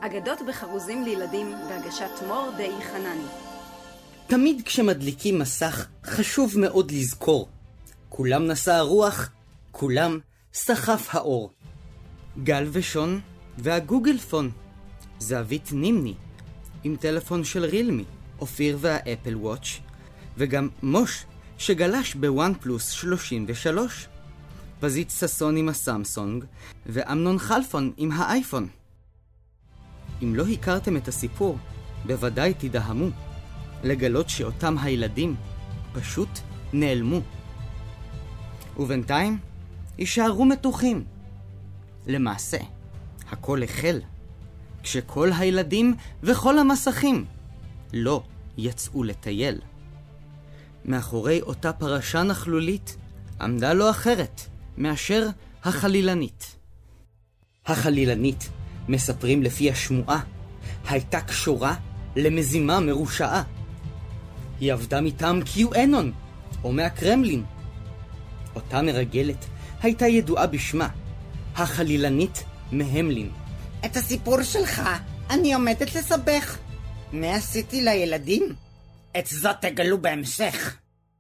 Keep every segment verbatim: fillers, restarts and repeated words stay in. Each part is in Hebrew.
אגדות בחרוזים לילדים בהגשת מור די חנני. תמיד כשמדליקים מסך חשוב מאוד לזכור, כולם נשא הרוח, כולם סחף האור. גל ושון והגוגל פון, זהבית נימני עם טלפון של רילמי, אופיר והאפל וואץ', וגם מוש שגלש בוואן פלוס שלושים ושלוש, פזית ססון עם הסמסונג ואמנון חלפון עם האייפון. אם לא הכרתם את הסיפור, בוודאי תדהמו לגלות שאותם הילדים פשוט נעלמו. ובינתיים יישארו מתוחים. למעשה, הכל החל כשכל הילדים וכל המסכים לא יצאו לטייל. מאחורי אותה פרשה נכלולית עמדה לו אחרת מאשר החלילנית. החלילנית, מספרים לפי השמועה, הייתה קשורה למזימה מרושעה. היא עבדה מטעם קיו-אנון, או מהקרמלין. אותה מרגלת הייתה ידועה בשמה, החלילנית מהמלין. את הסיפור שלך אני עומדת לסבך. מה עשיתי לילדים? את זאת תגלו בהמשך.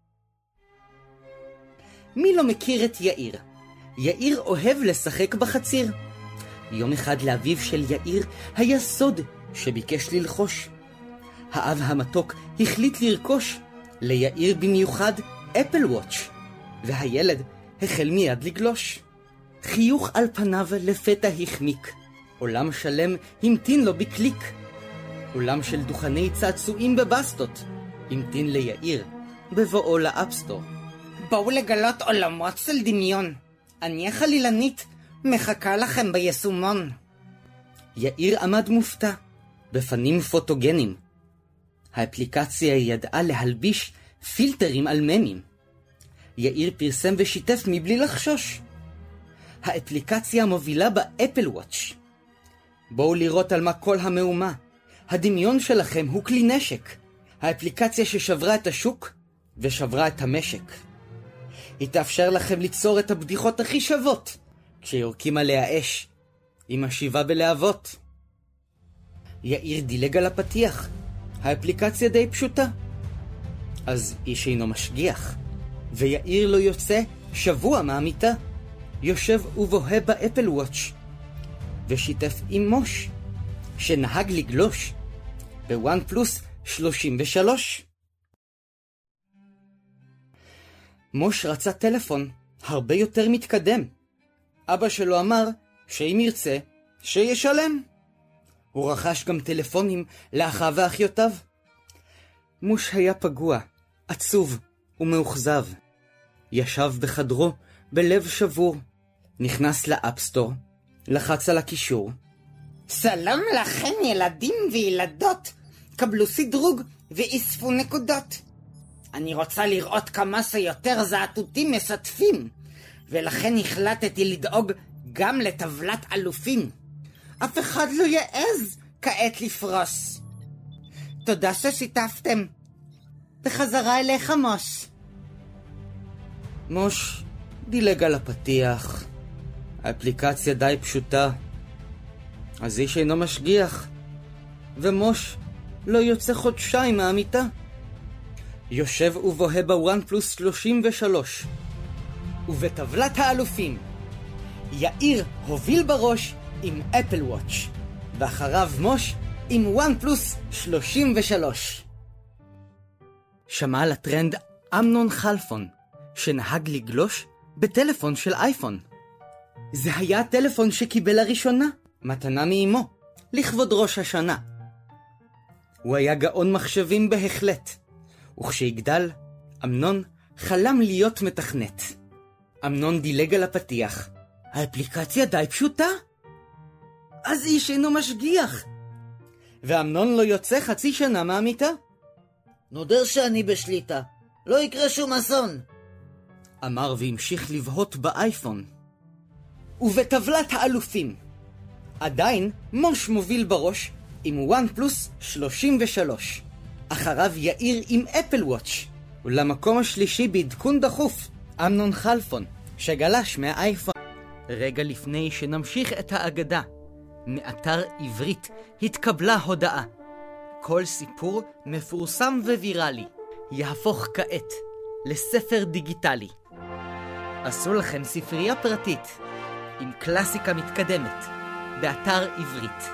מי לא מכיר את יאיר? יאיר אוהב לשחק בחציר. יום אחד לאביו של יאיר היה סוד שביקש ללחוש. האב המתוק החליט לרכוש ליאיר במיוחד אפל וואץ', והילד החל מיד לגלוש. חיוך על פניו לפתע החמיק, עולם שלם המתין לו בקליק. עולם של דוכני צעצועים בבסטות המתין ליאיר בבואו לאפסטור. בואו לגלות עולמות של דמיון, אני החלילנית מחכה לכם ביישומון. יאיר עמד מופתע, בפנים פוטוגנים. האפליקציה ידעה להלביש פילטרים על ממים. יאיר פרסם ושיתף מבלי לחשוש. האפליקציה מובילה באפל וואץ'. בואו לראות על מה כל המהומה. הדמיון שלכם הוא כלי נשק. האפליקציה ששברה את השוק ושברה את המשק. היא תאפשר לכם ליצור את הבדיחות הכי שוות. כשיורקים עליה אש, היא משיבה בלהבות. יאיר דילג על הפתיח. האפליקציה די פשוטה. אז איש אינו משגיח, ויאיר לא יוצא שבוע מהמיטה. יושב ובוהה באפל וואץ' ושיתף עם מוש, שנהג לגלוש בוואן פלוס שלושים ושלוש. מוש רצה טלפון הרבה יותר מתקדם. אבא שלו אמר שאם ירצה, שישלם. הוא רכש גם טלפונים לאחיו ואחיותיו. מוש היה פגוע, עצוב ומאוכזב. ישב בחדרו בלב שבור. נכנס לאפסטור, לחץ על הקישור. שלום לכם ילדים וילדות, קבלו סדרוג ואיספו נקודות. אני רוצה לראות כמה שיותר זעתותים משתפים, ולכן החלטתי לדאוג גם לטבלת אלופים. אף אחד לא יעז כעת לפרוס. תודה ששיתפתם. בחזרה אליך מוש. מוש דילג על הפתיח. האפליקציה די פשוטה. אז איש אינו משגיח. ומוש לא יוצא חודשיים מהמיטה. יושב ובוהה בוואן פלוס שלושים ושלוש. ובטבלת האלופים יאיר הוביל בראש עם אפל וואץ', ואחריו מוש עם וואן פלוס שלושים ושלוש. שמע על הטרנד אמנון חלפון, שנהג לגלוש בטלפון של אייפון. זה היה הטלפון שקיבל לראשונה מתנה מאמו, לכבוד ראש השנה. הוא היה גאון מחשבים בהחלט, וכשיגדל, אמנון חלם להיות מתכנת. אמנון דילג על הפתיח. האפליקציה די פשוטה. אז איש אינו משגיח. ואמנון לא יוצא חצי שנה מהמיטה. נודר שאני בשליטה, לא יקרה שום אסון. אמר והמשיך לבהות באייפון. ובטבלת האלופים עדיין מוש מוביל בראש עם וואן פלוס שלושים ושלוש. אחריו יאיר עם אפל וואץ', ולמקום השלישי בעדכון דחוף אמנון חלפון שגלש מהאייפון. רגע לפני שנמשיך את האגדה, מאתר עברית התקבלה הודעה. כל סיפור מפורסם וויראלי יהפוך כעת לספר דיגיטלי. עשו לכם ספרייה פרטית עם קלאסיקה מתקדמת באתר עברית.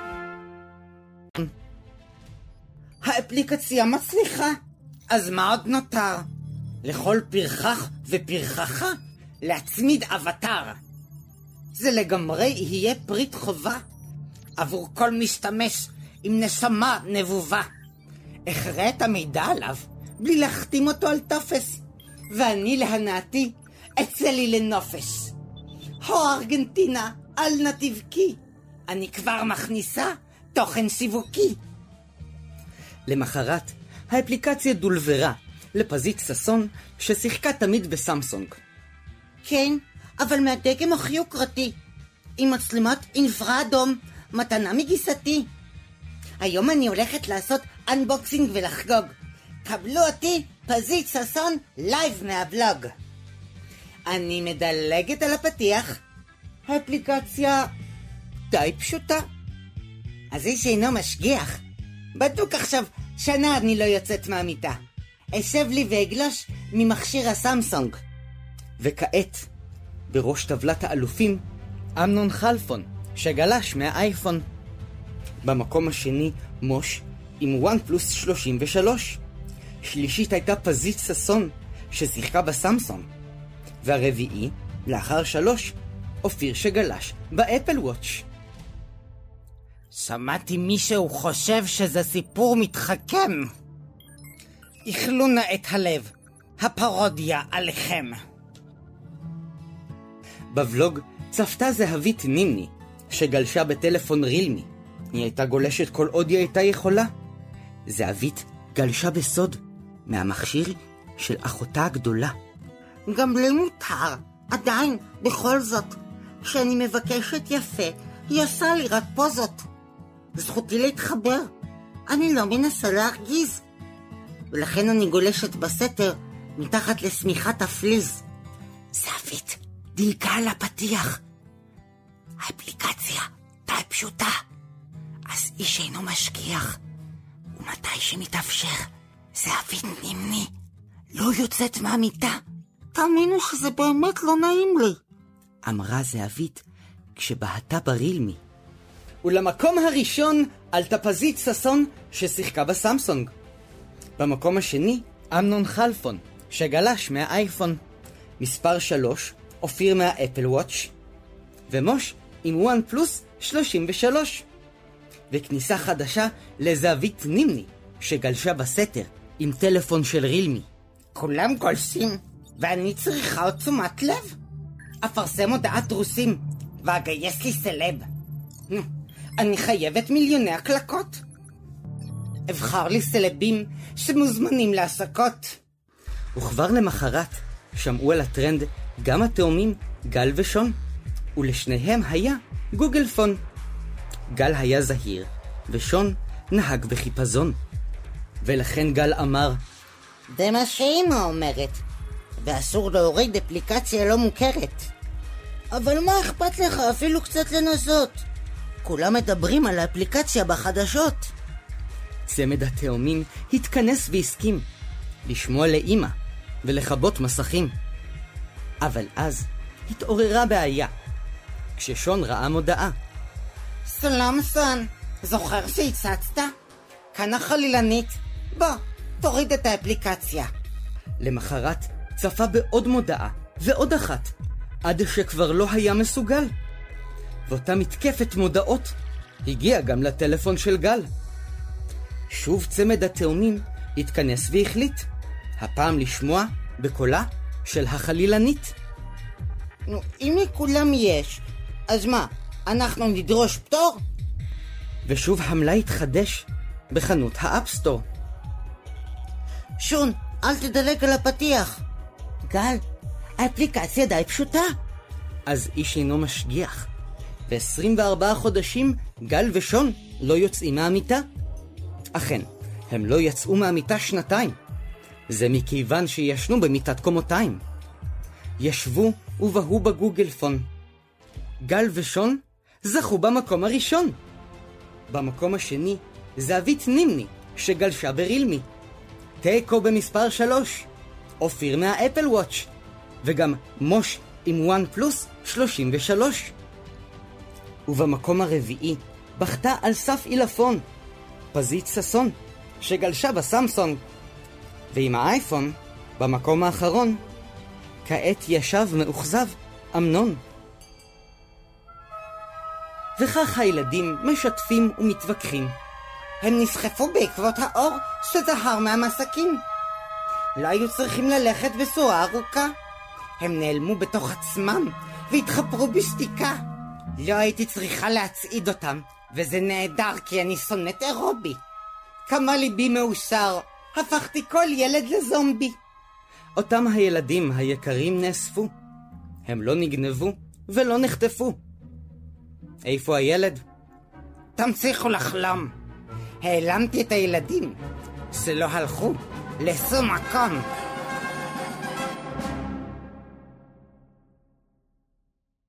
האפליקציה מצליחה, אז מה עוד נותר? לכל פרחח ופרחחה להצמיד אבטר. זה לגמרי יהיה פריט חובה עבור כל משתמש עם נשמה נבובה. אחרא את המידע עליו בלי להחתים אותו על טופס, ואני להנאתי אצא לי לנופש. הו ארגנטינה, אל נא תבכי, אני כבר מכניסה תוכן שיווקי. למחרת האפליקציה דולברה לפזית ששון ששיחקה תמיד בסמסונג. כן, אבל מהדגם הכי יוקרתי, עם מצלמת אינפרה אדום, מתנה מגיסתי. היום אני הולכת לעשות אנבוקסינג ולחגוג. קבלו אותי, פזית ששון, לייב מהבלוג. אני מדלגת על הפתיח. האפליקציה די פשוטה. אז איש אינו משגיח. בדוק עכשיו שנה אני לא יוצאת מהמיטה. אשב לי ואגלוש ממכשיר הסמסונג. וכעת, בראש טבלת האלופים, אמנון חלפון, שגלש מהאייפון. במקום השני, מוש עם וואן פלוס שלושים ושלוש. שלישית הייתה פזית ששון, ששיחקה בסמסונג. והרביעי, לאחר שלוש, אופיר שגלש באפל וואץ'. שמעתי מישהו חושב שזה סיפור מתחכם. איכלו נא את הלב, הפרודיה עליכם. בוולוג צפתה זהבית נימני, שגלשה בטלפון רילמי. היא הייתה גולשת כל עוד היא הייתה יכולה. זהבית גלשה בסוד מהמכשיר של אחותה הגדולה. גם לי מותר, עדיין, בכל זאת, כשאני מבקשת יפה, היא עושה לי רק פוזות. זכותי להתחבר, אני לא מנסה להרגיז. ולכן אני גולשת בסתר מתחת לשמיכת הפליז. זהבית דילגה על הפתיח. האפליקציה די פשוטה, אז איש אינו משגיח. ומתי שמתאפשר, זהבית נימני לא יוצאת מהמיטה. תאמינו שזה באמת לא נעים לי, אמרה זהבית כשבהתה ברילמי. ולמקום הראשון עלתה פזית ששון ששיחקה בסמסונג. במקום השני, אמנון חלפון, שגלש מהאייפון. מספר שלוש, אופיר מהאפל וואץ'. ומוש עם וואן פלוס שלושים ושלוש. וכניסה חדשה לזהבית נימני, שגלשה בסתר עם טלפון של רילמי. כולם גולשים, ואני צריכה עוד תשומת לב. אפרסם הודעת רוסים, ואגייס לי סלב. אני חייבת מיליוני הקלקות. אבחר לי סלבים שמוזמנים לעסקות. וכבר למחרת שמעו על הטרנד גם התאומים גל ושון, ולשניהם היה גוגל פון. גל היה זהיר, ושון נהג בחיפזון. ולכן גל אמר, זה מה שאמא אומרת, ואסור להוריד אפליקציה לא מוכרת. אבל מה אכפת לך אפילו קצת לנסות? כולם מדברים על האפליקציה בחדשות. צמד התאומים התכנס והסכים לשמוע לאמא ולחבות מסכים. אבל אז התעוררה בעיה, כששון ראה מודעה. סלאם סן, זוכר שהצצת? כאן החלילנית, בוא, תוריד את האפליקציה. למחרת צפה בעוד מודעה ועוד אחת, עד שכבר לא היה מסוגל. ואותה מתקפת מודעות הגיעה גם לטלפון של גל. שוב צמד התאומים התכנס והחליט, הפעם לשמוע בקולה של החלילנית. נו, אם לכולם יש, אז מה, אנחנו נדרוש פטור? ושוב המלאי התחדש בחנות האפסטור. שון, אל תדלג על הפתיח. גל, האפליקציה די פשוטה. אז איש אינו משגיח, ו-עשרים וארבעה חודשים גל ושון לא יוצאים מהמיטה. אכן, הם לא יצאו מהמיטה שנתיים. זה מכיוון שישנו במיטת קומותיים. ישבו ובהו בגוגל פון. גל ושון זכו במקום הראשון. במקום השני זהבית נימני שגלשה ברילמי. תיקו במספר שלוש, אופיר מהאפל וואץ', וגם מוש עם וואן פלוס שלושים ושלוש. ובמקום הרביעי בכתה על סף אילפון פזית ססון שגלשה בסמסונג. ועם האייפון במקום האחרון כעת ישב מאוכזב אמנון. וכך הילדים משתפים ומתווכחים. הם נסחפו בעקבות האור שזהר מהמסקים. לא היו צריכים ללכת בסורה ארוכה. הם נעלמו בתוך עצמם והתחפרו בשתיקה. לא הייתי צריכה להצעיד אותם, וזה נהדר כי אני שונאת אירובי. כמה ליבי מאושר, הפכתי כל ילד לזומבי. אותם הילדים היקרים נאספו. הם לא נגנבו ולא נחטפו. איפה הילד? תמשיכו לחלום. העלמתי את הילדים שלא הלכו לשום מקום.